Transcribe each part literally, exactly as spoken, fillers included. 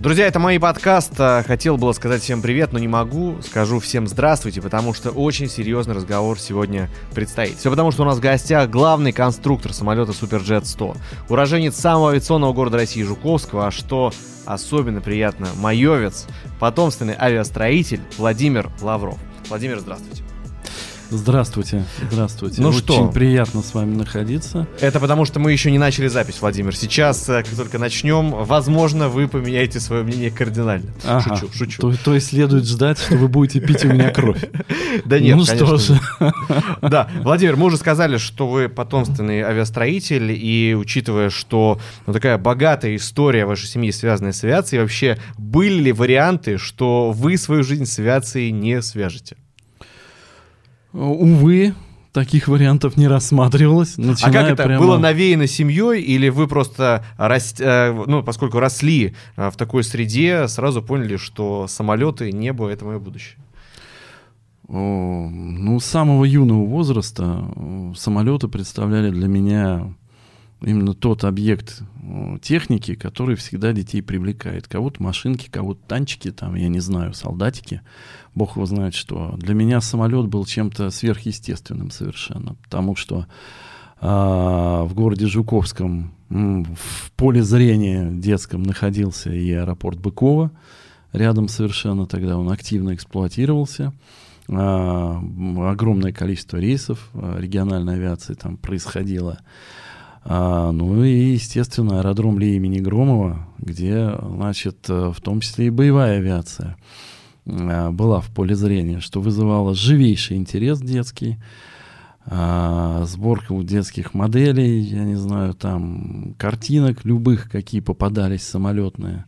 Друзья, это мой подкаст. Хотел было сказать всем привет, но не могу. Скажу всем здравствуйте, потому что очень серьезный разговор сегодня предстоит. Все потому, что у нас в гостях главный конструктор самолета Суперджет сто. Уроженец самого авиационного города России Жуковского, а что особенно приятно, маевец, потомственный авиастроитель Владимир Лавров. Владимир, здравствуйте. Здравствуйте, здравствуйте. Ну Очень что? приятно с вами находиться. Это потому, что мы еще не начали запись, Владимир. Сейчас, как только начнем, возможно, вы поменяете свое мнение кардинально. Ага. Шучу, шучу. То, то есть следует ждать, что вы будете пить у меня кровь. Да нет, ну конечно. что же. Да, Владимир, мы уже сказали, что вы потомственный авиастроитель, и учитывая, что ну, такая богатая история вашей семьи, связанная с авиацией, вообще были ли варианты, что вы свою жизнь с авиацией не свяжете? Увы, таких вариантов не рассматривалось. А как это? Прямо... Было навеяно семьей, или вы просто, рас... ну, поскольку росли в такой среде, сразу поняли, что самолеты, небо — это мое будущее? О, ну, с самого юного возраста самолеты представляли для меня именно тот объект техники, который всегда детей привлекает. Кого-то машинки, кого-то танчики, там, я не знаю, солдатики. Бог его знает что. Для меня самолет был чем-то сверхъестественным совершенно. Потому что а, в городе Жуковском м, в поле зрения детском находился и аэропорт Быково. Рядом совершенно тогда он активно эксплуатировался. А, огромное количество рейсов а, региональной авиации там происходило. А, ну и, естественно, аэродром Ли имени Громова, где, значит, в том числе и боевая авиация а, была в поле зрения, что вызывало живейший интерес детский. А, сборка у детских моделей, я не знаю, там, картинок любых, какие попадались самолетные.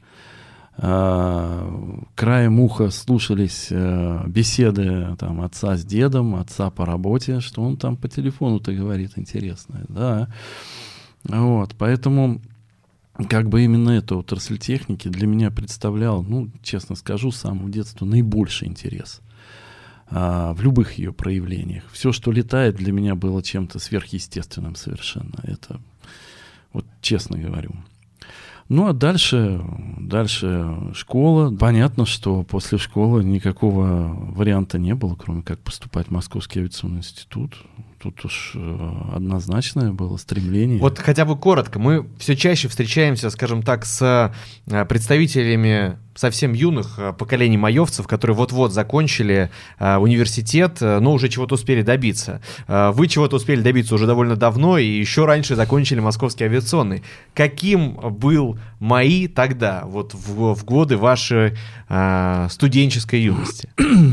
А, краем уха слушались а, беседы там, отца с дедом, отца по работе, что он там по телефону-то говорит интересное, да. Вот, поэтому как бы именно эта отрасль техники для меня представляла, ну, честно скажу, с самого детства наибольший интерес а, в любых ее проявлениях. Все, что летает, для меня было чем-то сверхъестественным совершенно. Это вот честно говорю. Ну, а дальше, дальше школа. Понятно, что после школы никакого варианта не было, кроме как поступать в Московский авиационный институт. Тут уж э, однозначное было стремление. Вот хотя бы коротко. Мы все чаще встречаемся, скажем так, с э, представителями совсем юных э, поколений маевцев, которые вот-вот закончили э, университет, э, но уже чего-то успели добиться. Э, вы чего-то успели добиться уже довольно давно и еще раньше закончили Московский авиационный. Каким был МАИ тогда, вот в, в годы вашей э, студенческой юности?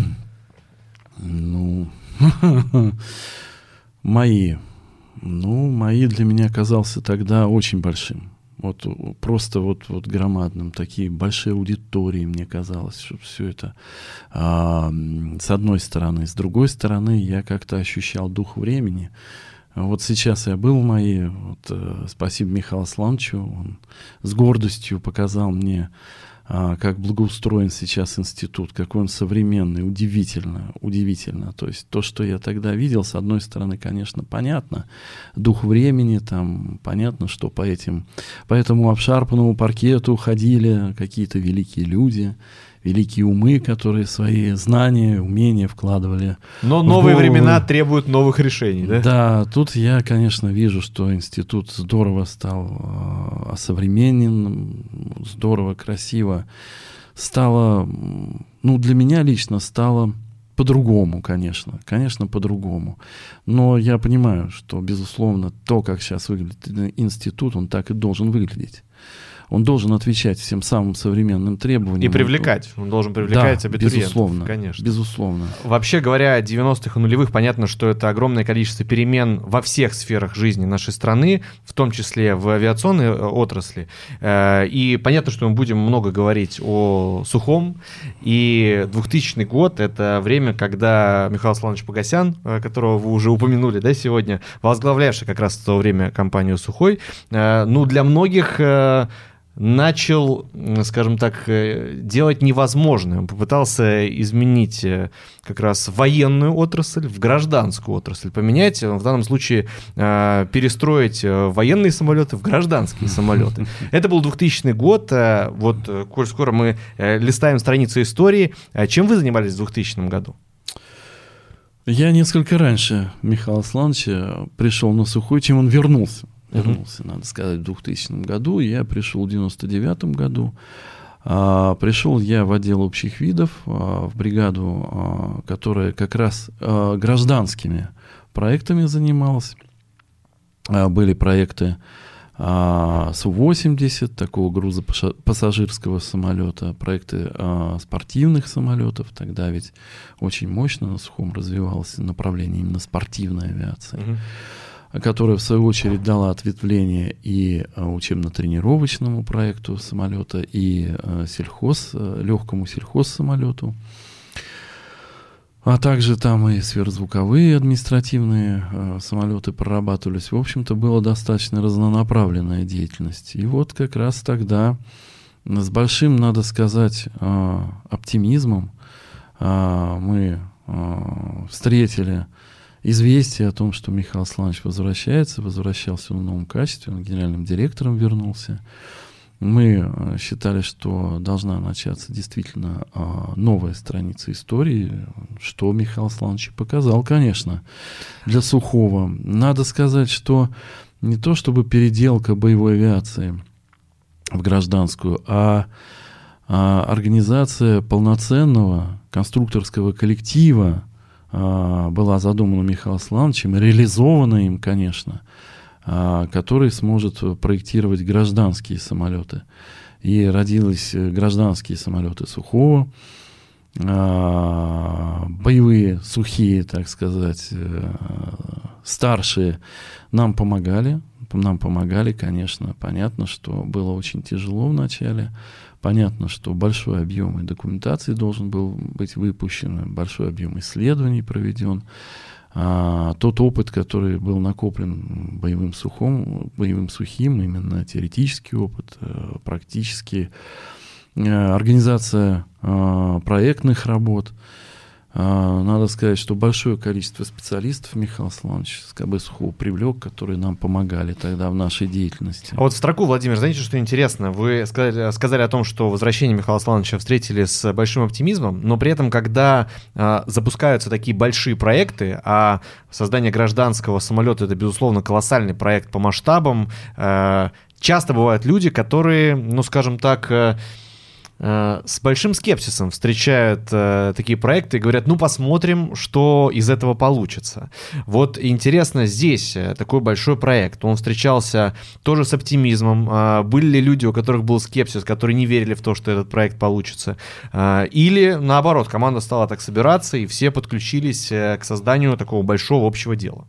Ну... МАИ. Ну, МАИ для меня оказался тогда очень большим. Вот просто вот, вот громадным. Такие большие аудитории, мне казалось, что все это а, с одной стороны. С другой стороны, я как-то ощущал дух времени. Вот сейчас я был в МАИ. Вот, а, спасибо Михаилу Слановичу. Он с гордостью показал мне, а, как благоустроен сейчас институт, какой он современный, удивительно, удивительно. То есть то, что я тогда видел, с одной стороны, конечно, понятно, дух времени, там, понятно, что по этим, по этому обшарпанному паркету ходили какие-то великие люди, великие умы, которые свои знания, умения вкладывали. Но новые времена требуют новых решений, да? Да, тут я, конечно, вижу, что институт здорово стал э, осовременен, здорово, красиво. Стало, ну, для меня лично стало по-другому, конечно, конечно, по-другому. Но я понимаю, что, безусловно, то, как сейчас выглядит институт, он так и должен выглядеть. Он должен отвечать всем самым современным требованиям. И привлекать. Он должен привлекать да, абитуриентов. Безусловно, конечно. Безусловно. Вообще говоря, девяностых и нулевых, понятно, что это огромное количество перемен во всех сферах жизни нашей страны, в том числе в авиационной отрасли. И понятно, что мы будем много говорить о сухом. И двухтысячный год — это время, когда Михаил Сланович Погосян, которого вы уже упомянули, да, сегодня, возглавлявший как раз в то время компанию «Сухой», ну, для многих начал, скажем так, делать невозможное. Он попытался изменить как раз военную отрасль в гражданскую отрасль, поменять, в данном случае перестроить военные самолеты в гражданские самолеты. Это был двухтысячный год. Вот, коль скоро мы листаем страницы истории, чем вы занимались в двухтысячном году? Я несколько раньше Михаила Аслановича пришел на Сухой, чем он вернулся. Вернулся, надо сказать, в двухтысячном году. Я пришел в девяносто девятом году. А, пришел я в отдел общих видов, а, в бригаду, а, которая как раз а, гражданскими проектами занималась. А, были проекты а, Су восемьдесят, такого грузопассажирского самолета, проекты а, спортивных самолетов. Тогда ведь очень мощно на Сухом развивалось направление именно спортивной авиации. Uh-huh. Которая, в свою очередь, дала ответвление и учебно-тренировочному проекту самолета, и сельхоз, легкому сельхозсамолету. А также там и сверхзвуковые административные самолеты прорабатывались. В общем-то, была достаточно разнонаправленная деятельность. И вот как раз тогда с большим, надо сказать, оптимизмом мы встретили известие о том, что Михаил Асланович возвращается, возвращался в новом качестве, он генеральным директором вернулся. Мы считали, что должна начаться действительно новая страница истории, что Михаил Асланович показал, конечно, для Сухого. Надо сказать, что не то чтобы переделка боевой авиации в гражданскую, а, а организация полноценного конструкторского коллектива была задумана Михаилом Аслановичем, реализована им, конечно, который сможет проектировать гражданские самолеты. И родились гражданские самолеты Сухого, боевые, сухие, так сказать, старшие нам помогали, нам помогали, конечно, понятно, что было очень тяжело в начале. Понятно, что большой объем документации должен был быть выпущен, большой объем исследований проведен. А, тот опыт, который был накоплен боевым, сухом, боевым сухим, именно теоретический опыт, практически организация а, проектных работ. А, надо сказать, что большое количество специалистов Михаил Асланович с ка бэ Сухого привлек, которые нам помогали тогда в нашей деятельности. А вот в строку, Владимир, знаете, что интересно? Вы сказали, сказали о том, что возвращение Михаила Аслановича встретили с большим оптимизмом, но при этом, когда а, запускаются такие большие проекты, а создание гражданского самолета — это, безусловно, колоссальный проект по масштабам, а, часто бывают люди, которые, ну, скажем так, а, с большим скепсисом встречают э, такие проекты и говорят, ну, посмотрим, что из этого получится. Вот интересно, здесь такой большой проект, он встречался тоже с оптимизмом. Э, были ли люди, у которых был скепсис, которые не верили в то, что этот проект получится? Э, или, наоборот, команда стала так собираться, и все подключились к созданию такого большого общего дела?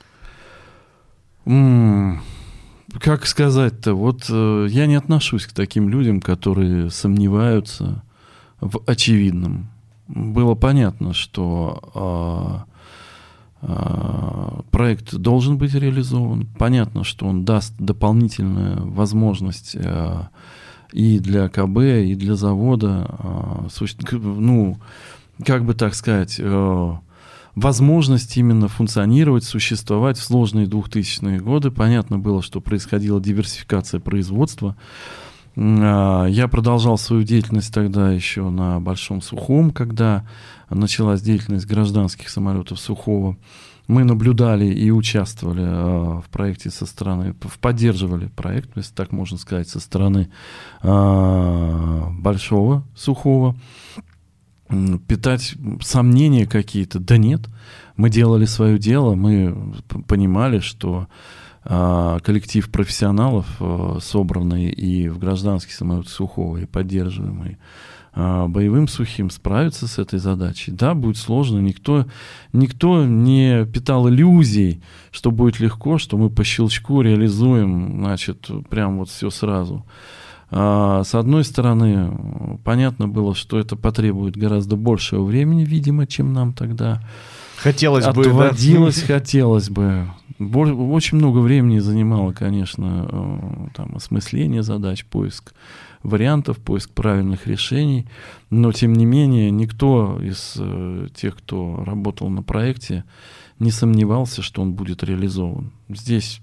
Mm. Как сказать-то? Вот э, я не отношусь к таким людям, которые сомневаются в очевидном. Было понятно, что э, э, проект должен быть реализован. Понятно, что он даст дополнительную возможность э, и для ка бэ, и для завода, э, суще- ну, как бы так сказать, э, возможность именно функционировать, существовать в сложные двухтысячные годы. Понятно было, что происходила диверсификация производства. Я продолжал свою деятельность тогда еще на Большом Сухом, когда началась деятельность гражданских самолетов Сухого. Мы наблюдали и участвовали в проекте со стороны, поддерживали проект, если так можно сказать, со стороны Большого Сухого. Питать сомнения какие-то, да нет, мы делали свое дело, мы понимали, что э, коллектив профессионалов, э, собранный и в гражданский самолет Сухого, и поддерживаемый э, боевым Сухим, справится с этой задачей. Да, будет сложно, никто, никто не питал иллюзий, что будет легко, что мы по щелчку реализуем, значит, прям вот все сразу. С одной стороны, понятно было, что это потребует гораздо большего времени, видимо, чем нам тогда хотелось бы, отводилось, да? хотелось бы. Очень много времени занимало, конечно, там, осмысление задач, поиск вариантов, поиск правильных решений, но, тем не менее, никто из тех, кто работал на проекте, не сомневался, что он будет реализован. Здесь,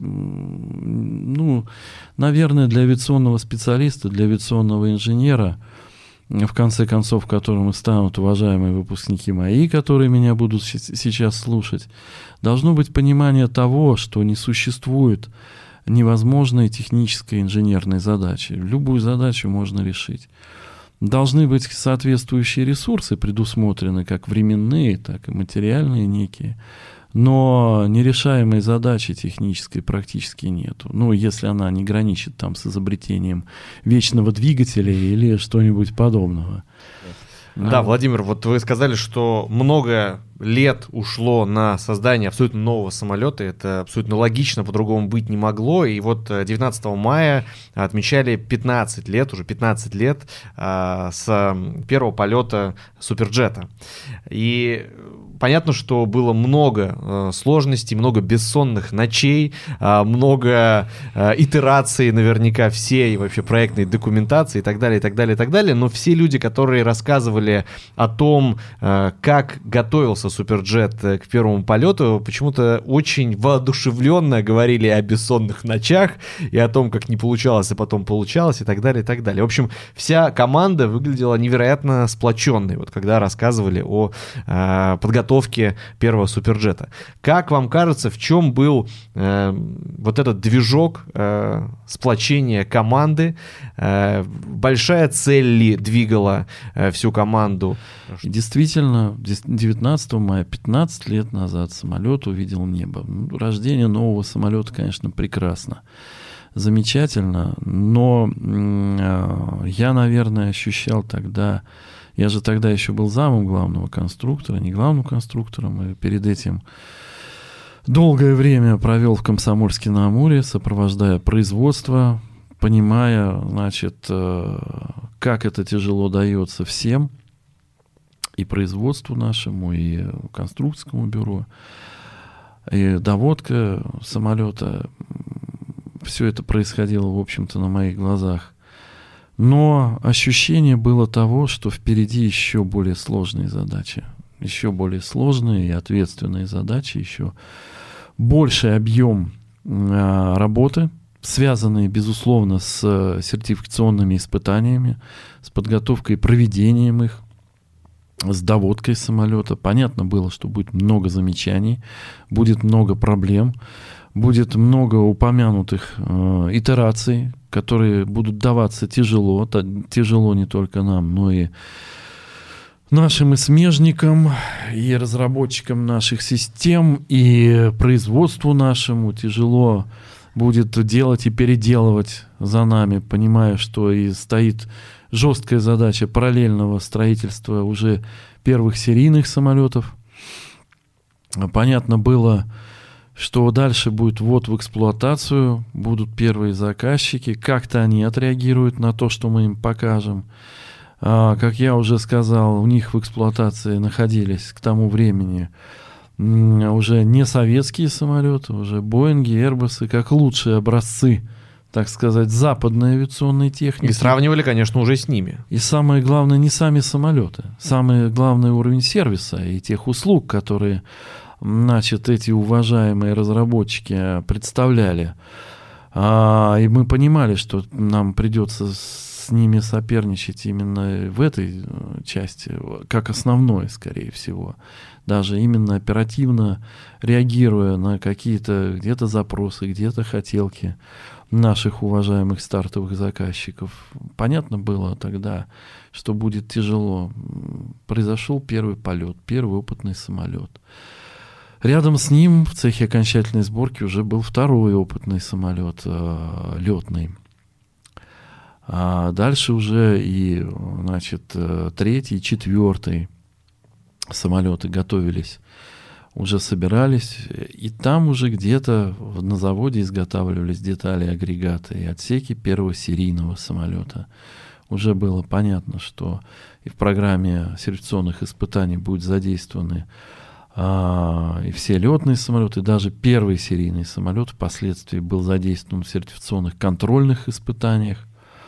ну, наверное, для авиационного специалиста, для авиационного инженера, в конце концов, которым и станут уважаемые выпускники мои, которые меня будут сейчас слушать, должно быть понимание того, что не существует невозможной технической инженерной задачи. Любую задачу можно решить. Должны быть соответствующие ресурсы предусмотрены, как временные, так и материальные некие. Но нерешаемой задачи технической практически нету. Ну, если она не граничит там с изобретением вечного двигателя или что-нибудь подобного. Да, Владимир, вот вы сказали, что много лет ушло на создание абсолютно нового самолета. Это абсолютно логично, по-другому быть не могло. И вот девятнадцатого мая отмечали пятнадцать лет, уже пятнадцать лет а, с первого полета Суперджета. И понятно, что было много э, сложностей, много бессонных ночей, э, много э, итераций наверняка всей вообще проектной документации и так далее, и так далее, и так далее. Но все люди, которые рассказывали о том, э, как готовился Суперджет к первому полету, почему-то очень воодушевленно говорили о бессонных ночах и о том, как не получалось, а потом получалось, и так далее, и так далее. В общем, вся команда выглядела невероятно сплоченной, вот когда рассказывали о э, подготовке первого Суперджета. Как вам кажется, в чем был э, вот этот движок э, сплочения команды? Э, большая цель ли двигала э, всю команду? Действительно, девятнадцатого мая, пятнадцать лет назад, самолет увидел небо. Рождение нового самолета, конечно, прекрасно, замечательно, но э, я, наверное, ощущал тогда... Я же тогда еще был замом главного конструктора, не главным конструктором, и перед этим долгое время провел в Комсомольске-на-Амуре, сопровождая производство, понимая, значит, как это тяжело дается всем, и производству нашему, и конструкторскому бюро, и доводка самолета. Все это происходило, в общем-то, на моих глазах. Но ощущение было того, что впереди еще более сложные задачи, еще более сложные и ответственные задачи, еще больший объем а, работы, связанные, безусловно, с сертификационными испытаниями, с подготовкой и проведением их, с доводкой самолета. Понятно было, что будет много замечаний, будет много проблем, будет много упомянутых э, итераций, которые будут даваться тяжело, та, тяжело не только нам, но и нашим и смежникам, и разработчикам наших систем, и производству нашему тяжело будет делать и переделывать за нами, понимая, что и стоит жесткая задача параллельного строительства уже первых серийных самолетов. Понятно было, что дальше будет ввод в эксплуатацию, будут первые заказчики, как-то они отреагируют на то, что мы им покажем. А, как я уже сказал, у них в эксплуатации находились к тому времени уже не советские самолеты, уже Боинги, Airbus, как лучшие образцы, так сказать, западной авиационной техники. И сравнивали, конечно, уже с ними. И самое главное, не сами самолеты. Самый главный уровень сервиса и тех услуг, которые... Значит, эти уважаемые разработчики представляли. А, и мы понимали, что нам придется с ними соперничать именно в этой части, как основной, скорее всего. Даже именно оперативно реагируя на какие-то где-то запросы, где-то хотелки наших уважаемых стартовых заказчиков. Понятно было тогда, что будет тяжело. Произошел первый полет, первый опытный самолет. Рядом с ним в цехе окончательной сборки уже был второй опытный самолет, э, летный. А дальше уже и, значит, третий, четвертый самолеты готовились, уже собирались. И там уже где-то на заводе изготавливались детали, агрегаты и отсеки первого серийного самолета. Уже было понятно, что и в программе сертификационных испытаний будут задействованы А, и все летные самолеты, даже первый серийный самолет впоследствии был задействован в сертификационных контрольных испытаниях.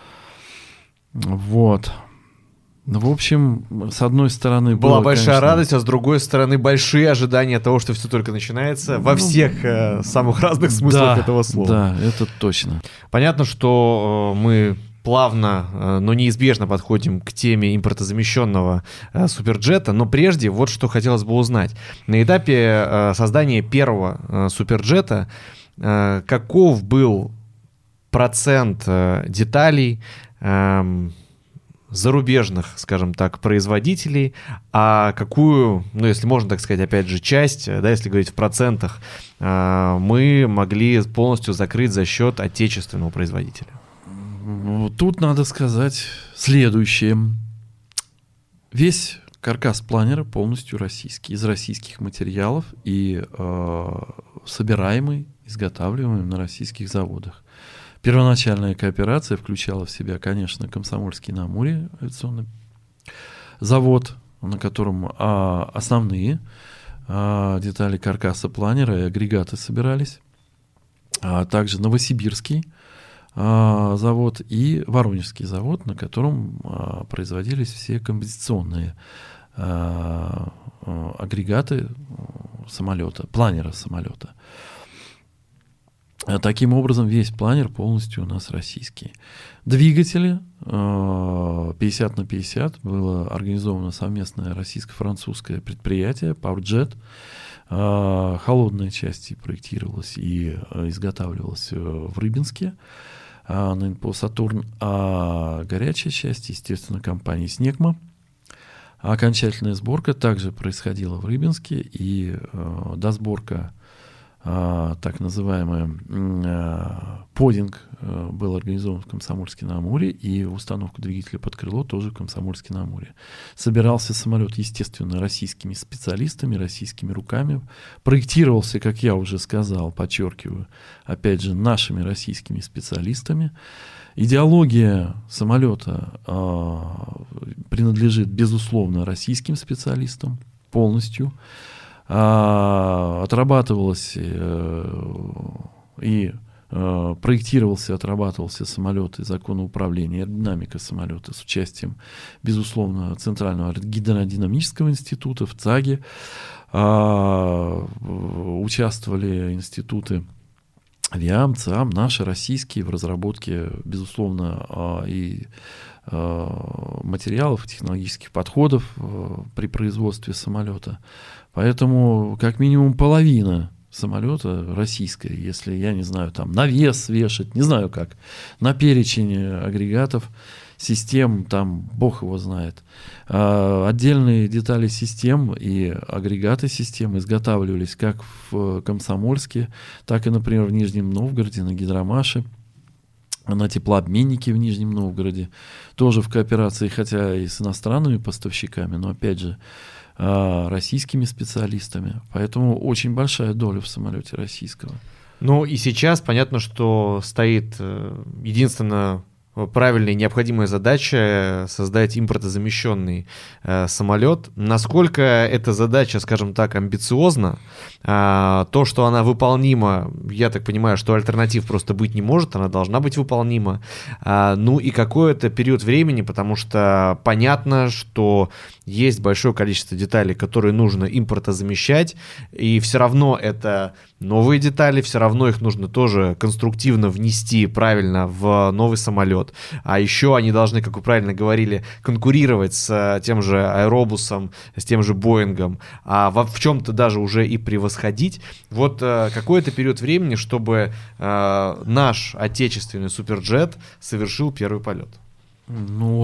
Вот. Ну, в общем, с одной стороны... Была было, большая конечно, радость, а с другой стороны большие ожидания того, что все только начинается во ну, всех э, самых разных смыслах да, этого слова. Да, это точно. Понятно, что э, мы плавно, э, но неизбежно подходим к теме импортозамещенного э, суперджета, но прежде вот что хотелось бы узнать. На этапе э, создания первого э, суперджета э, каков был процент э, деталей, э, зарубежных, скажем так, производителей, а какую, ну, если можно так сказать, опять же, часть, да, если говорить в процентах, мы могли полностью закрыть за счет отечественного производителя? Тут надо сказать следующее. Весь каркас планера полностью российский, из российских материалов и э, собираемый, изготавливаемый на российских заводах. Первоначальная кооперация включала в себя, конечно, Комсомольский на Амуре авиационный завод, на котором а, основные а, детали каркаса планера и агрегаты собирались, а также Новосибирский а, завод и Воронежский завод, на котором а, производились все композиционные а, а, агрегаты самолета, планера самолета. Таким образом, весь планер полностью у нас российский. Двигатели пятьдесят на пятьдесят было организовано совместное российско-французское предприятие PowerJet. Холодная часть проектировалась и изготавливалась в Рыбинске на эн пэ о «Сатурн», а горячая часть, естественно, компании «Снегма». Окончательная сборка также происходила в Рыбинске, и досборка, А, так называемый а, подинг а, был организован в Комсомольске на Амуре, и установку двигателя под крыло тоже в Комсомольске на Амуре. Собирался самолет, естественно, российскими специалистами, российскими руками. Проектировался, как я уже сказал, подчеркиваю, опять же, нашими российскими специалистами. Идеология самолета а, принадлежит, безусловно, российским специалистам полностью. А, отрабатывалось э, и э, проектировался, отрабатывался самолет и закон управления, аэродинамика самолета с участием, безусловно, Центрального гидродинамического института в ЦАГе. А, участвовали институты ВИАМ, ЦИАМ, наши российские в разработке, безусловно, а, и материалов, технологических подходов при производстве самолета. Поэтому как минимум половина самолета российская, если, я не знаю, там навес вешать, не знаю как, на перечень агрегатов, систем, там бог его знает. А отдельные детали систем и агрегаты систем изготавливались как в Комсомольске, так и, например, в Нижнем Новгороде, на Гидромаше, на теплообменнике в Нижнем Новгороде, тоже в кооперации, хотя и с иностранными поставщиками, но опять же российскими специалистами. Поэтому очень большая доля в самолете российского. Ну и сейчас понятно, что стоит единственно правильная и необходимая задача создать импортозамещенный э, самолет. Насколько эта задача, скажем так, амбициозна, э, то, что она выполнима, я так понимаю, что альтернатив просто быть не может, она должна быть выполнима. Э, ну и какой это период времени, потому что понятно, что есть большое количество деталей, которые нужно импортозамещать, и все равно это новые детали, все равно их нужно тоже конструктивно внести правильно в новый самолет. А еще они должны, как вы правильно говорили, конкурировать с тем же Аэробусом, с тем же Боингом, а в, в чем-то даже уже и превосходить. Вот э, какой это период времени, чтобы э, наш отечественный суперджет совершил первый полет? Ну,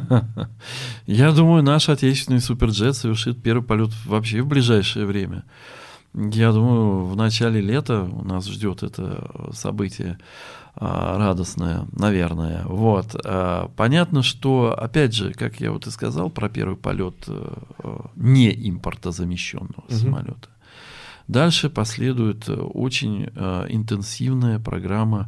я думаю, наш отечественный суперджет совершит первый полет вообще в ближайшее время. Я думаю, в начале лета у нас ждет это событие а, радостное, наверное. Вот. А, понятно, что, опять же, как я вот и сказал про первый полет а, не импортозамещенного mm-hmm. самолета. Дальше последует очень а, интенсивная программа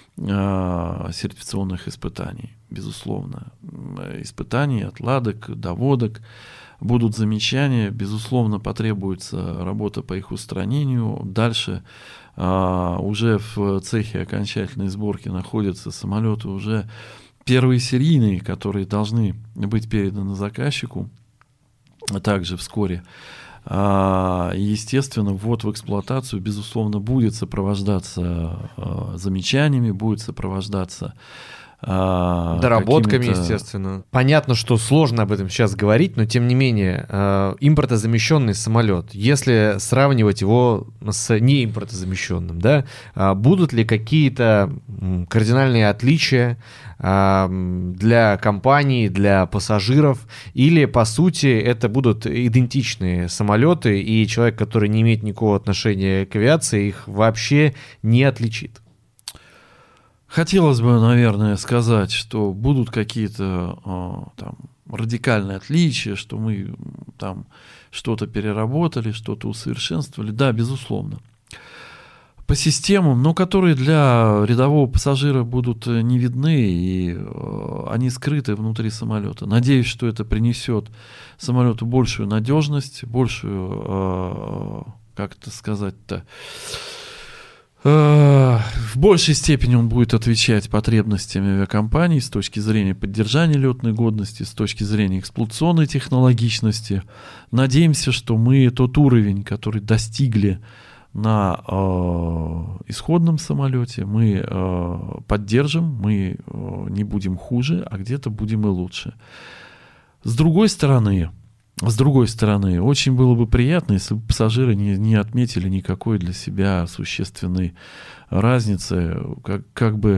а, сертификационных испытаний. Безусловно, испытаний, отладок, доводок, будут замечания, безусловно, потребуется работа по их устранению. Дальше а, уже в цехе окончательной сборки находятся самолеты уже первые серийные, которые должны быть переданы заказчику, а также вскоре. А, естественно, ввод в эксплуатацию, безусловно, будет сопровождаться а, замечаниями, будет сопровождаться а, доработками, естественно. Понятно, что сложно об этом сейчас говорить, но тем не менее, э, импортозамещенный самолет, если сравнивать его с неимпортозамещенным, да, э, будут ли какие-то кардинальные отличия э, для компаний, для пассажиров, или, по сути, это будут идентичные самолеты, и человек, который не имеет никакого отношения к авиации, их вообще не отличит? Хотелось бы, наверное, сказать, что будут какие-то э, там радикальные отличия, что мы там что-то переработали, что-то усовершенствовали. Да, безусловно. По системам, но которые для рядового пассажира будут не видны, и э, они скрыты внутри самолета. Надеюсь, что это принесет самолету большую надежность, большую, э, как это сказать-то, в большей степени он будет отвечать потребностям авиакомпаний с точки зрения поддержания летной годности, с точки зрения эксплуатационной технологичности. Надеемся, что мы тот уровень, который достигли на э, исходном самолете, мы э, поддержим, мы э, не будем хуже, а где-то будем и лучше. С другой стороны, С другой стороны, очень было бы приятно, если бы пассажиры не, не отметили никакой для себя существенной разницы, как, как бы,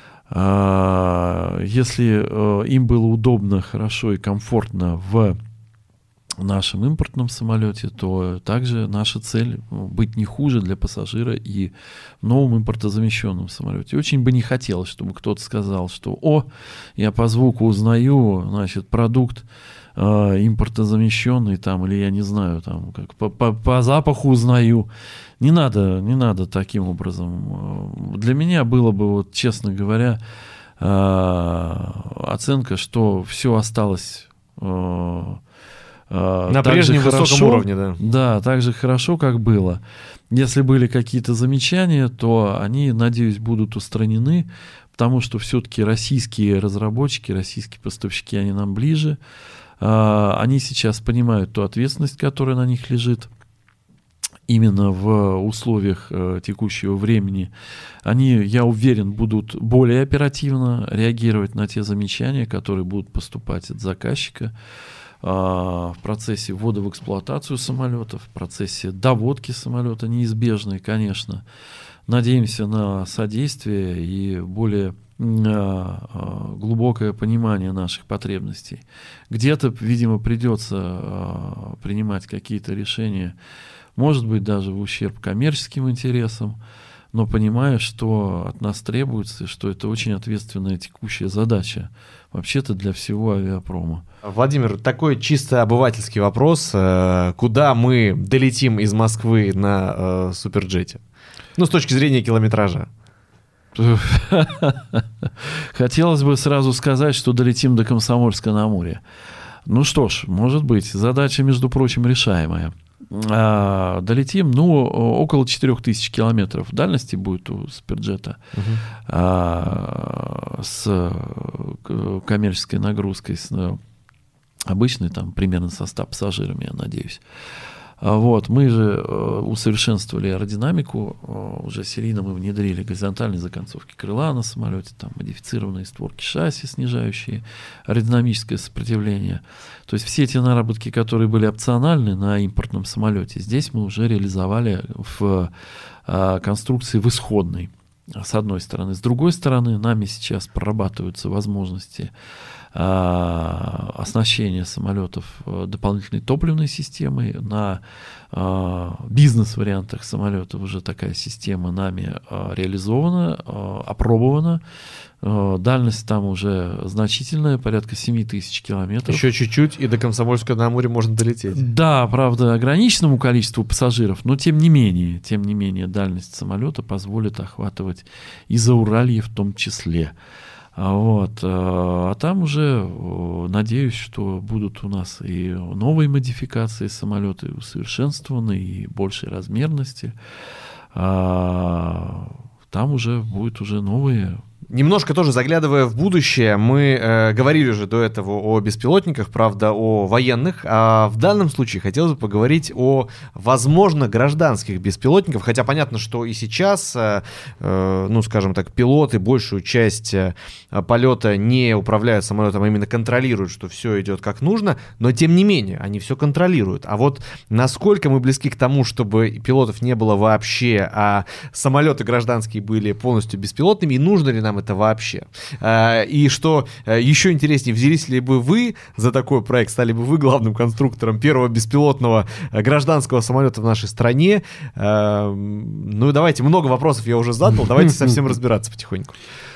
э, если э, им было удобно, хорошо и комфортно в нашем импортном самолете, то также наша цель быть не хуже для пассажира и в новом импортозамещенном самолете. Очень бы не хотелось, чтобы кто-то сказал, что «О, я по звуку узнаю, значит, продукт импортозамещенный там, или я не знаю, там, как по, по, по запаху узнаю». Не надо, не надо таким образом. Для меня было бы, вот, честно говоря, оценка, что все осталось на прежнем высоком уровне, да. Да, так же хорошо, как было. Если были какие-то замечания, то они, надеюсь, будут устранены, потому что все-таки российские разработчики, российские поставщики, они нам ближе. Они сейчас понимают ту ответственность, которая на них лежит именно в условиях текущего времени. Они, я уверен, будут более оперативно реагировать на те замечания, которые будут поступать от заказчика в процессе ввода в эксплуатацию самолетов, в процессе доводки самолета, неизбежной, конечно. Надеемся на содействие и более глубокое понимание наших потребностей. Где-то, видимо, придется принимать какие-то решения, может быть, даже в ущерб коммерческим интересам, но понимая, что от нас требуется, что это очень ответственная текущая задача вообще-то для всего авиапрома. Владимир, такой чисто обывательский вопрос. Куда мы долетим из Москвы на Суперджете? Ну, с точки зрения километража. Хотелось бы сразу сказать, что долетим до Комсомольска-на-Амуре. Ну что ж, может быть, задача, между прочим, решаемая. А, долетим, ну, около четырех тысяч километров дальности будет у Суперджета, uh-huh. а, с коммерческой нагрузкой, с обычной, там, примерно со ста пассажирами, я надеюсь. Вот, мы же усовершенствовали аэродинамику, уже серийно мы внедрили горизонтальные законцовки крыла на самолете, там модифицированные створки шасси, снижающие аэродинамическое сопротивление. То есть все те наработки, которые были опциональны на импортном самолете, здесь мы уже реализовали в конструкции в исходной, с одной стороны. С другой стороны, нами сейчас прорабатываются возможности оснащение самолетов дополнительной топливной системой. На бизнес-вариантах самолетов уже такая система нами реализована, опробована. Дальность там уже значительная, порядка семь тысяч километров. Еще чуть-чуть, и до Комсомольска-на-Амуре можно долететь. Да, правда, ограниченному количеству пассажиров, но тем не менее, тем не менее, дальность самолета позволит охватывать и Зауралье в том числе. Вот. А там уже надеюсь, что будут у нас и новые модификации самолета, усовершенствованные, и большей размерности. А там уже будут уже новые. Немножко тоже заглядывая в будущее, мы э, говорили уже до этого о беспилотниках, правда, о военных, а в данном случае хотелось бы поговорить о, возможно, гражданских беспилотниках, хотя понятно, что и сейчас, э, э, ну, скажем так, пилоты большую часть э, полета не управляют самолетом, а именно контролируют, что все идет как нужно, но тем не менее, они все контролируют. А вот насколько мы близки к тому, чтобы пилотов не было вообще, а самолеты гражданские были полностью беспилотными, и нужно ли нам это вообще? И что еще интереснее, взялись ли бы вы за такой проект, стали бы вы главным конструктором первого беспилотного гражданского самолета в нашей стране? Ну, давайте, много вопросов я уже задал, давайте совсем разбираться потихоньку.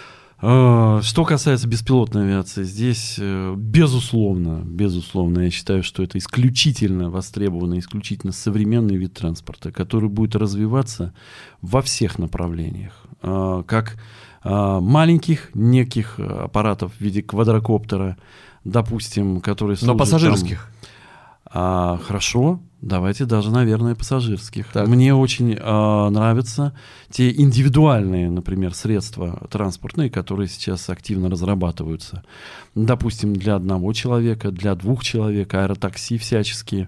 Что касается беспилотной авиации, здесь, безусловно, безусловно, я считаю, что это исключительно востребованный, исключительно современный вид транспорта, который будет развиваться во всех направлениях. Как маленьких неких аппаратов в виде квадрокоптера, допустим, которые служат... Но пассажирских. Там, а, хорошо, давайте даже, наверное, пассажирских. Так. Мне очень а, нравятся те индивидуальные, например, средства транспортные, которые сейчас активно разрабатываются. Допустим, для одного человека, для двух человек, аэротакси всяческие.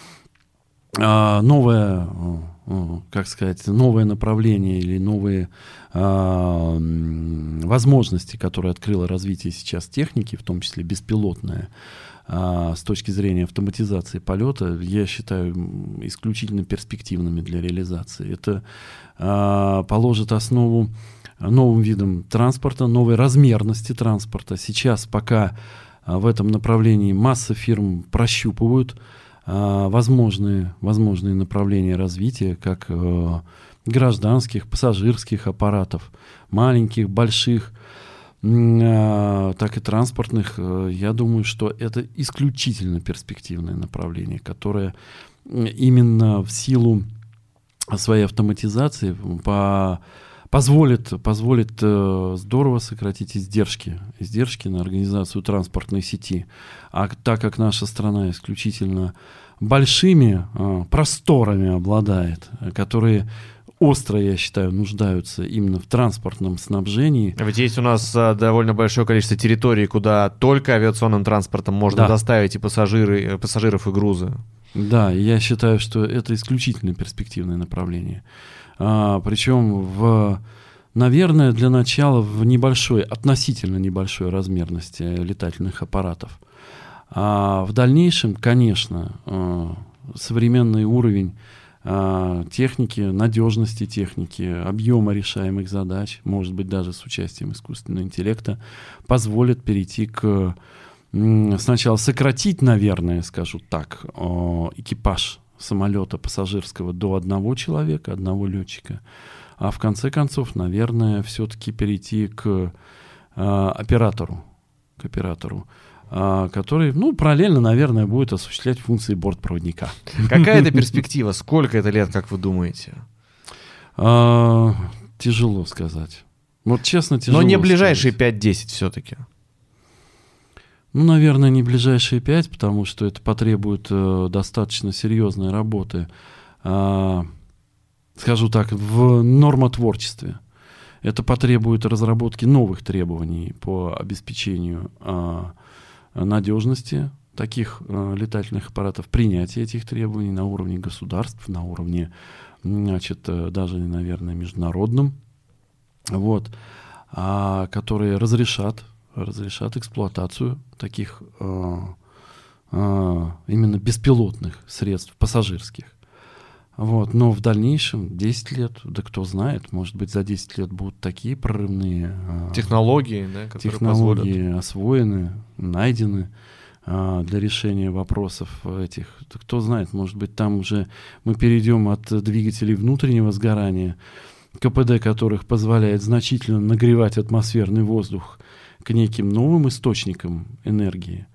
А, новое... как сказать, новое направление или новые э, возможности, которые открыло развитие сейчас техники, в том числе беспилотная, э, с точки зрения автоматизации полета, я считаю исключительно перспективными для реализации. Это э, положит основу новым видам транспорта, новой размерности транспорта. Сейчас пока э, в этом направлении масса фирм прощупывают возможные, возможные направления развития, как э, гражданских, пассажирских аппаратов, маленьких, больших, э, так и транспортных. Э, я думаю, что это исключительно перспективное направление, которое именно в силу своей автоматизации по позволит, позволит э, здорово сократить издержки, издержки на организацию транспортной сети. А так как наша страна исключительно большими э, просторами обладает, которые остро, я считаю, нуждаются именно в транспортном снабжении. Ведь есть у нас а, довольно большое количество территорий, куда только авиационным транспортом можно да. доставить и пассажиры, пассажиров, и грузы. Да, я считаю, что это исключительно перспективное направление. А, причем, в, наверное, для начала в небольшой, относительно небольшой размерности летательных аппаратов. А в дальнейшем, конечно, а, современный уровень а, техники, надежности техники, объема решаемых задач, может быть, даже с участием искусственного интеллекта, позволит перейти к... Сначала сократить, наверное, скажу так, экипаж самолета пассажирского до одного человека, одного летчика, а в конце концов, наверное, все-таки перейти к э, оператору, к оператору, э, который, ну, параллельно, наверное, будет осуществлять функции бортпроводника. Какая это перспектива? Сколько это лет, как вы думаете? А, тяжело сказать. Вот честно, тяжело. Но не ближайшие пять-десять все-таки. Ну, наверное, не ближайшие пять, потому что это потребует э, достаточно серьезной работы, э, скажу так, в нормотворчестве. Это потребует разработки новых требований по обеспечению э, надежности таких э, летательных аппаратов, принятия этих требований на уровне государств, на уровне, значит, э, даже, наверное, международном, вот, э, которые разрешат разрешат эксплуатацию таких э, э, именно беспилотных средств пассажирских. Вот. Но в дальнейшем десять лет, да кто знает, может быть, за десять лет будут такие прорывные э, технологии, да, которые технологии позволят. освоены, найдены э, для решения вопросов этих. Да кто знает, может быть, там уже мы перейдем от двигателей внутреннего сгорания, КПД которых позволяет значительно нагревать атмосферный воздух, к неким новым источникам энергии,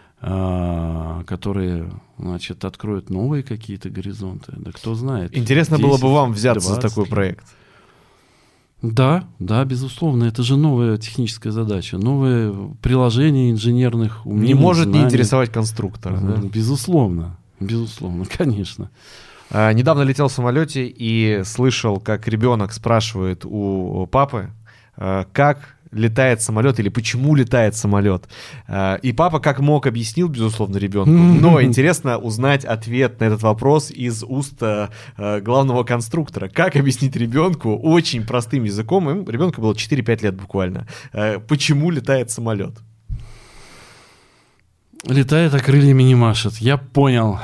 а, которые, значит, откроют новые какие-то горизонты. Да кто знает. Интересно десять, было бы вам взяться двадцать за такой проект. Да, да, безусловно, это же новая техническая задача, новое приложение инженерных умений. Не может знаний. не интересовать конструктора. Да? Безусловно, безусловно, конечно. А, недавно летел в самолете и слышал, как ребенок спрашивает у папы, а, как летает самолет или почему летает самолет. И папа как мог объяснил, безусловно, ребенку. Но интересно узнать ответ на этот вопрос из уст главного конструктора. Как объяснить ребенку очень простым языком, им, ребенку было четыре-пять лет буквально, почему летает самолет? Летает, а крыльями не машет. Я понял.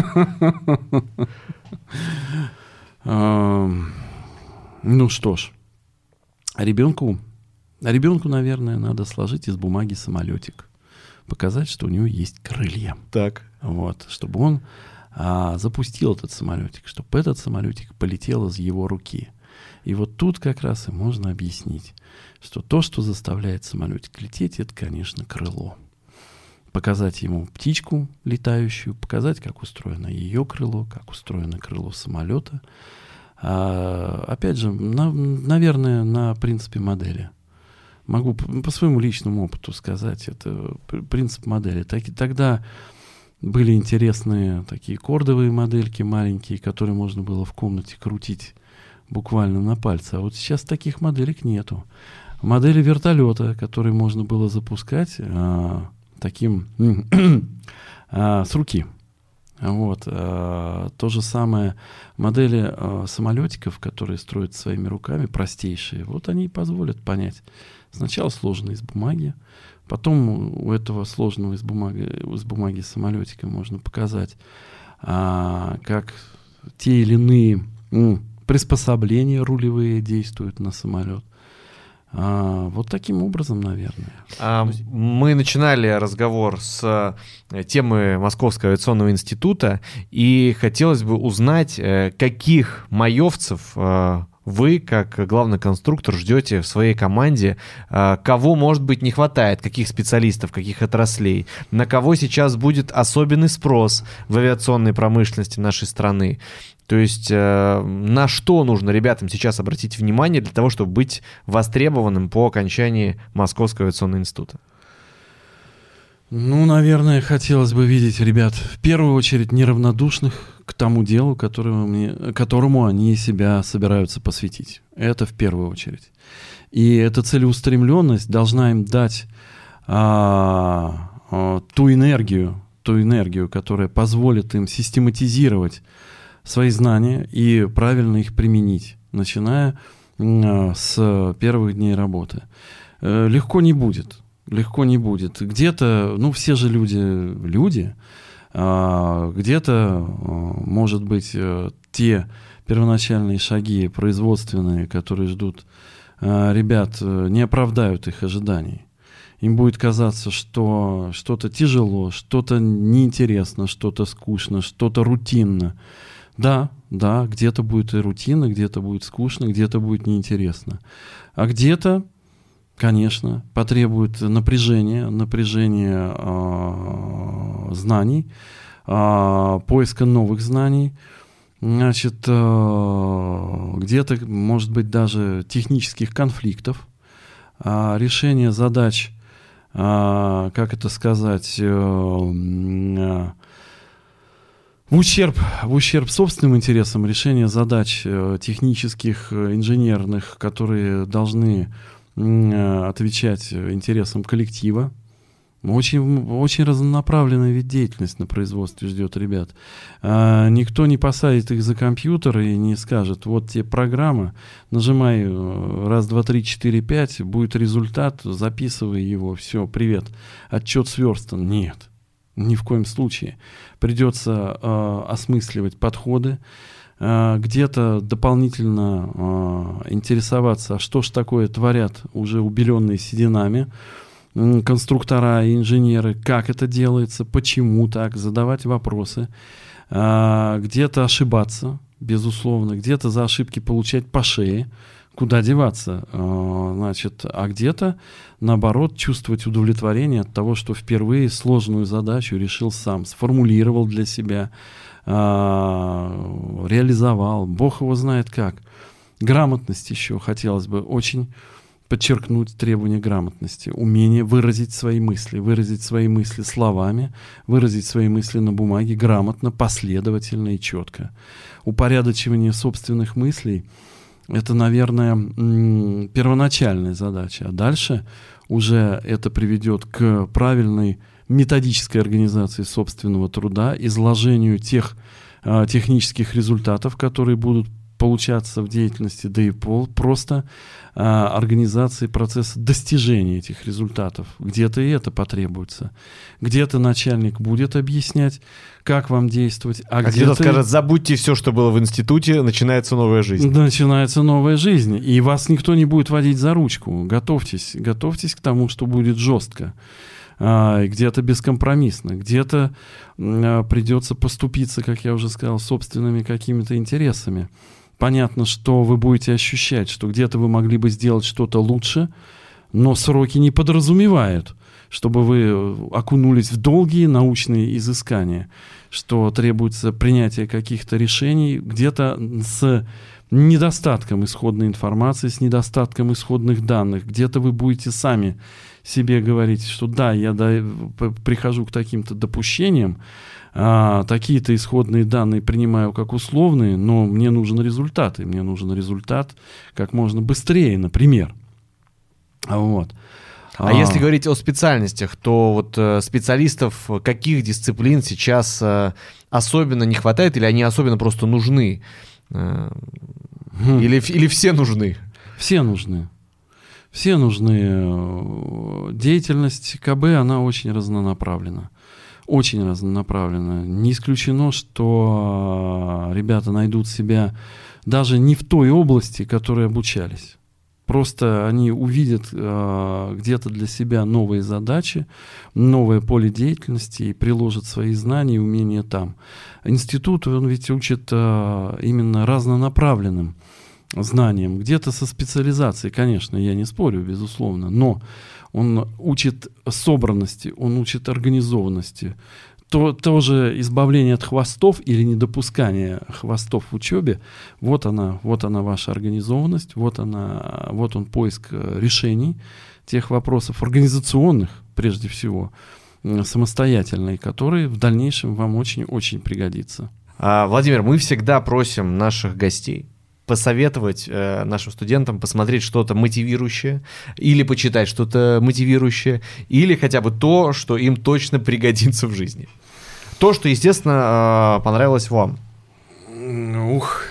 Ну что ж, ребенку А ребенку, наверное, надо сложить из бумаги самолетик, показать, что у него есть крылья. Так. Вот, чтобы он а, запустил этот самолетик, чтобы этот самолетик полетел из его руки. И вот тут как раз и можно объяснить, что то, что заставляет самолетик лететь, это, конечно, крыло. Показать ему птичку летающую, показать, как устроено ее крыло, как устроено крыло самолета. А, опять же, на, наверное, на принципе модели. Могу по своему личному опыту сказать, это принцип модели. Так, тогда были интересные такие кордовые модельки маленькие, которые можно было в комнате крутить буквально на пальце. А вот сейчас таких моделек нету. Модели вертолета, которые можно было запускать а, таким а, с руки. Вот. А, то же самое модели а, самолетиков, которые строят своими руками, простейшие. Вот они и позволят понять. Сначала сложно из бумаги, потом у этого сложного из бумаги, из бумаги самолетика можно показать, а, как те или иные м, приспособления рулевые действуют на самолет. А, вот таким образом, наверное. А, мы начинали разговор с темы Московского авиационного института, и хотелось бы узнать, каких маевцев вы, как главный конструктор, ждете в своей команде, кого, может быть, не хватает, каких специалистов, каких отраслей, на кого сейчас будет особенный спрос в авиационной промышленности нашей страны. То есть на что нужно ребятам сейчас обратить внимание для того, чтобы быть востребованным по окончании Московского авиационного института? Ну, наверное, хотелось бы видеть ребят в первую очередь неравнодушных к тому делу, которому, мне, которому они себя собираются посвятить. Это в первую очередь. И эта целеустремленность должна им дать а, а, ту энергию, ту энергию, которая позволит им систематизировать свои знания и правильно их применить, начиная а, с первых дней работы. Э, легко не будет. Легко не будет. Где-то, ну, все же люди, люди, а, где-то, а, может быть, а, те первоначальные шаги производственные, которые ждут а, ребят, а, не оправдают их ожиданий. Им будет казаться, что что-то тяжело, что-то неинтересно, что-то скучно, что-то рутинно. Да, да, где-то будет и рутинно, где-то будет скучно, где-то будет неинтересно. А где-то, конечно, потребует напряжения, напряжения э, знаний, э, поиска новых знаний. Значит, э, где-то, может быть, даже технических конфликтов, э, решение задач, э, как это сказать, э, э, в ущерб, в ущерб собственным интересам, решение задач э, технических, э, инженерных, которые должны отвечать интересам коллектива. Очень, очень разнонаправленная ведь деятельность на производстве ждет ребят. А, никто не посадит их за компьютер и не скажет: вот тебе программа, нажимай раз, два, три, четыре, пять, будет результат, записывай его, все, привет, отчет сверстан. Нет, ни в коем случае. Придется э, осмысливать подходы, где-то дополнительно э, интересоваться, что ж такое творят уже убеленные сединами э, конструктора и инженеры, как это делается, почему так, задавать вопросы, э, где-то ошибаться, безусловно, где-то за ошибки получать по шее, куда деваться, э, значит, а где-то, наоборот, чувствовать удовлетворение от того, что впервые сложную задачу решил сам, сформулировал для себя, реализовал, Бог его знает как. Грамотность еще хотелось бы очень подчеркнуть требование грамотности, умение выразить свои мысли, выразить свои мысли словами, выразить свои мысли на бумаге грамотно, последовательно и четко. Упорядочивание собственных мыслей — это, наверное, первоначальная задача, а дальше уже это приведет к правильной методической организации собственного труда, изложению тех а, технических результатов, которые будут получаться в деятельности, да и пол, просто а, организации процесса достижения этих результатов. Где-то и это потребуется. Где-то начальник будет объяснять, как вам действовать, а, а где-то... где-то скажет: забудьте все, что было в институте, начинается новая жизнь. Начинается новая жизнь, и вас никто не будет водить за ручку. Готовьтесь, готовьтесь к тому, что будет жестко. А, где-то бескомпромиссно, где-то а, придется поступиться, как я уже сказал, собственными какими-то интересами. Понятно, что вы будете ощущать, что где-то вы могли бы сделать что-то лучше, но сроки не подразумевают, чтобы вы окунулись в долгие научные изыскания, что требуется принятие каких-то решений где-то с недостатком исходной информации, с недостатком исходных данных. Где-то вы будете сами себе говорить, что да, я да, прихожу к таким-то допущениям, а, такие-то исходные данные принимаю как условные, но мне нужен результат, и мне нужен результат как можно быстрее, например. Вот. А, а если говорить о специальностях, то вот э, специалистов каких дисциплин сейчас э, особенно не хватает, или они особенно просто нужны? Э, хм. или, или все нужны? Все нужны. Все нужны. Деятельность КБ, она очень разнонаправлена. Очень разнонаправлена. Не исключено, что ребята найдут себя даже не в той области, в которой обучались. Просто они увидят э, где-то для себя новые задачи, новое поле деятельности и приложат свои знания и умения там. Институт, он ведь учит э, именно разнонаправленным знаниям, где-то со специализацией, конечно, я не спорю, безусловно, но он учит собранности, он учит организованности. То, тоже избавление от хвостов или недопускание хвостов в учебе, вот она, вот она ваша организованность, вот, она, вот он поиск решений тех вопросов организационных, прежде всего, самостоятельные, которые в дальнейшем вам очень-очень пригодятся. Владимир, мы всегда просим наших гостей посоветовать э, нашим студентам посмотреть что-то мотивирующее, или почитать что-то мотивирующее, или хотя бы то, что им точно пригодится в жизни. То, что, естественно, э, понравилось вам. Ух.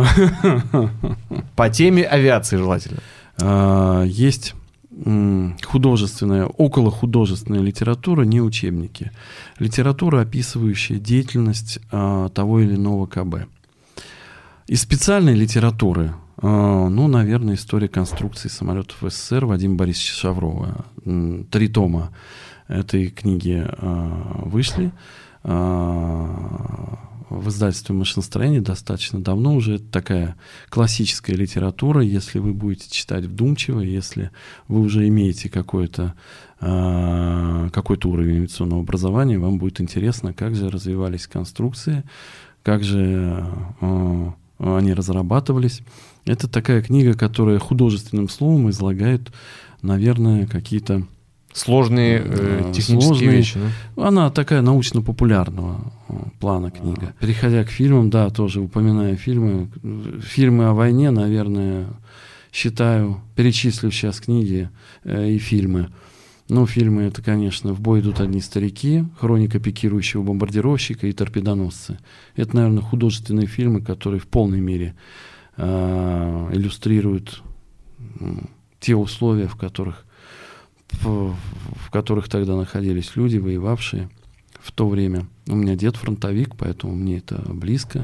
По теме авиации желательно. Есть художественная, околохудожественная литература, не учебники. Литература, описывающая деятельность того или иного КБ. Из специальной литературы, э, ну, наверное, история конструкции самолетов СССР Вадима Борисовича Шаврова. Три тома этой книги э, вышли э, в издательстве «Машиностроение» достаточно давно уже. Это такая классическая литература. Если вы будете читать вдумчиво, если вы уже имеете какой-то, э, какой-то уровень авиационного образования, вам будет интересно, как же развивались конструкции, как же... Э, они разрабатывались. Это такая книга, которая художественным словом излагает, наверное, какие-то сложные э, технические сложные, вещи. Да? Она такая научно-популярного плана книга. А. Переходя к фильмам, да, тоже упоминая фильмы. Фильмы о войне, наверное, считаю, перечислю сейчас книги э, и фильмы. Ну, фильмы — это, конечно, «В бой идут одни старики», «Хроника пикирующего бомбардировщика» и «Торпедоносцы». Это, наверное, художественные фильмы, которые в полной мере э, иллюстрируют э, те условия, в которых, в, в которых тогда находились люди, воевавшие в то время. У меня дед фронтовик, поэтому мне это близко.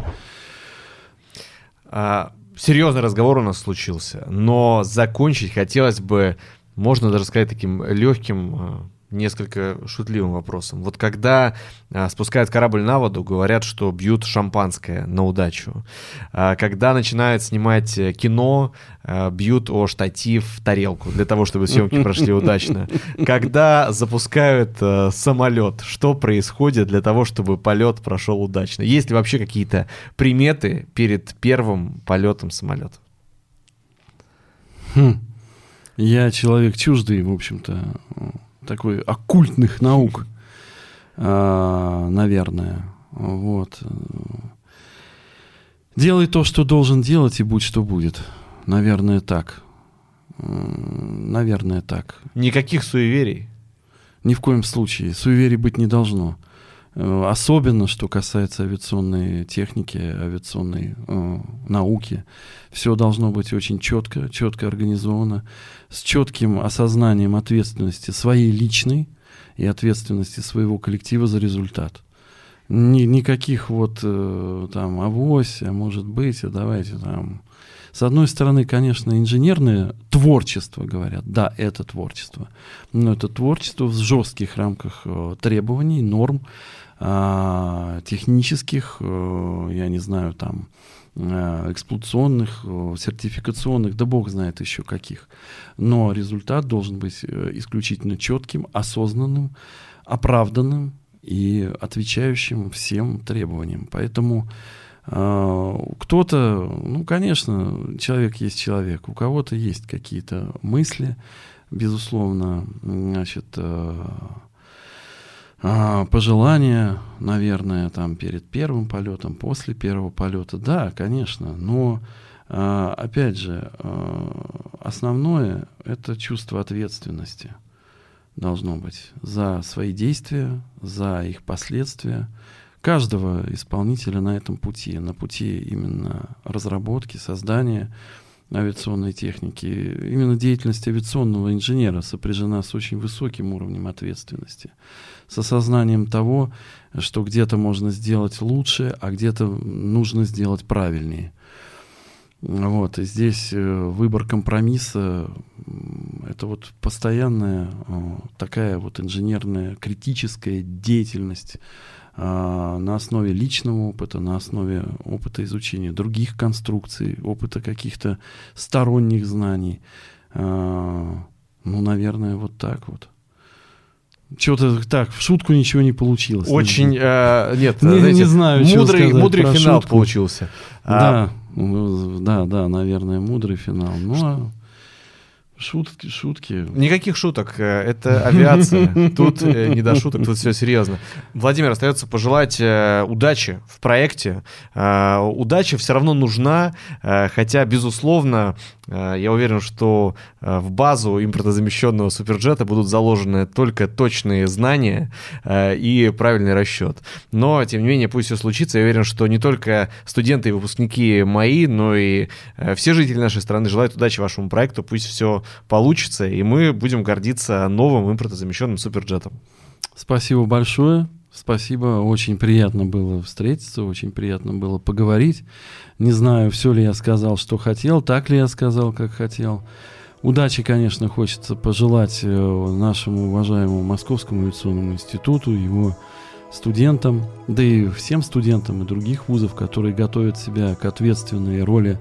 А, серьезный разговор у нас случился, но закончить хотелось бы... Можно даже сказать таким легким, несколько шутливым вопросом. Вот когда а, спускают корабль на воду, говорят, что бьют шампанское на удачу. А, когда начинают снимать кино, а, бьют о штатив тарелку для того, чтобы съемки прошли удачно. Когда запускают а, самолет, что происходит для того, чтобы полет прошел удачно? Есть ли вообще какие-то приметы перед первым полетом самолета? Хм. Я человек чуждый, в общем-то, такой оккультных наук, наверное. Вот. Делай то, что должен делать, и будь что будет. Наверное, так. Наверное, так. Никаких суеверий? Ни в коем случае. Суеверий быть не должно. Особенно, что касается авиационной техники, авиационной э, науки. Все должно быть очень четко, четко организовано, с четким осознанием ответственности своей личной и ответственности своего коллектива за результат. Ни, никаких вот э, там авось, а может быть, а давайте там... С одной стороны, конечно, инженерное творчество, говорят, да, это творчество, но это творчество в жестких рамках э, требований, норм, э, технических, э, я не знаю, там, э, эксплуатационных, э, сертификационных, да бог знает еще каких. Но результат должен быть э, исключительно четким, осознанным, оправданным и отвечающим всем требованиям. Поэтому кто-то, ну, конечно, человек есть человек, у кого-то есть какие-то мысли, безусловно, значит, пожелания, наверное, там перед первым полетом, после первого полета, да, конечно, но, опять же, основное — это чувство ответственности должно быть за свои действия, за их последствия, каждого исполнителя на этом пути, на пути именно разработки, создания авиационной техники. Именно деятельность авиационного инженера сопряжена с очень высоким уровнем ответственности, с осознанием того, что где-то можно сделать лучше, а где-то нужно сделать правильнее. Вот, и здесь выбор компромисса — это вот постоянная такая вот инженерная критическая деятельность, на основе личного опыта, на основе опыта изучения других конструкций, опыта каких-то сторонних знаний. Ну, наверное, вот так вот. Что-то так, в шутку ничего не получилось. Очень, э, нет, не, знаете, не знаю, мудрый, мудрый финал шутку. получился. Да, а... да, да, наверное, мудрый финал. Ну, а... Шутки, шутки. Никаких шуток. Это авиация. Тут не до шуток, тут все серьезно. Владимир, остается пожелать удачи в проекте. Удача все равно нужна, хотя, безусловно, я уверен, что в базу импортозамещенного суперджета будут заложены только точные знания и правильный расчет. Но, тем не менее, пусть все случится. Я уверен, что не только студенты и выпускники мои, но и все жители нашей страны желают удачи вашему проекту. Пусть все получится, и мы будем гордиться новым импортозамещенным суперджетом. Спасибо большое. Спасибо. Очень приятно было встретиться, очень приятно было поговорить. Не знаю, все ли я сказал, что хотел, так ли я сказал, как хотел. Удачи, конечно, хочется пожелать нашему уважаемому Московскому авиационному институту, его студентам, да и всем студентам и других вузов, которые готовят себя к ответственной роли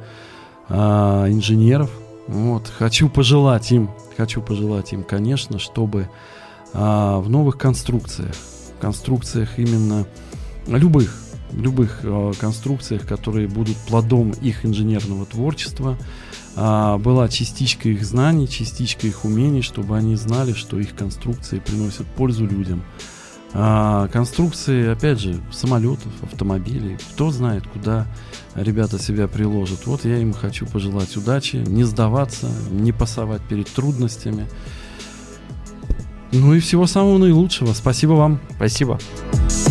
а, инженеров. Вот, хочу пожелать им, хочу пожелать им, конечно, чтобы а, в новых конструкциях, конструкциях именно любых, любых а, конструкциях, которые будут плодом их инженерного творчества, а, была частичка их знаний, частичка их умений, чтобы они знали, что их конструкции приносят пользу людям. А, конструкции, опять же, самолетов, автомобилей, кто знает, куда ребята себя приложат. Вот я им хочу пожелать удачи, не сдаваться, не пасовать перед трудностями. Ну и всего самого наилучшего. Спасибо вам. Спасибо.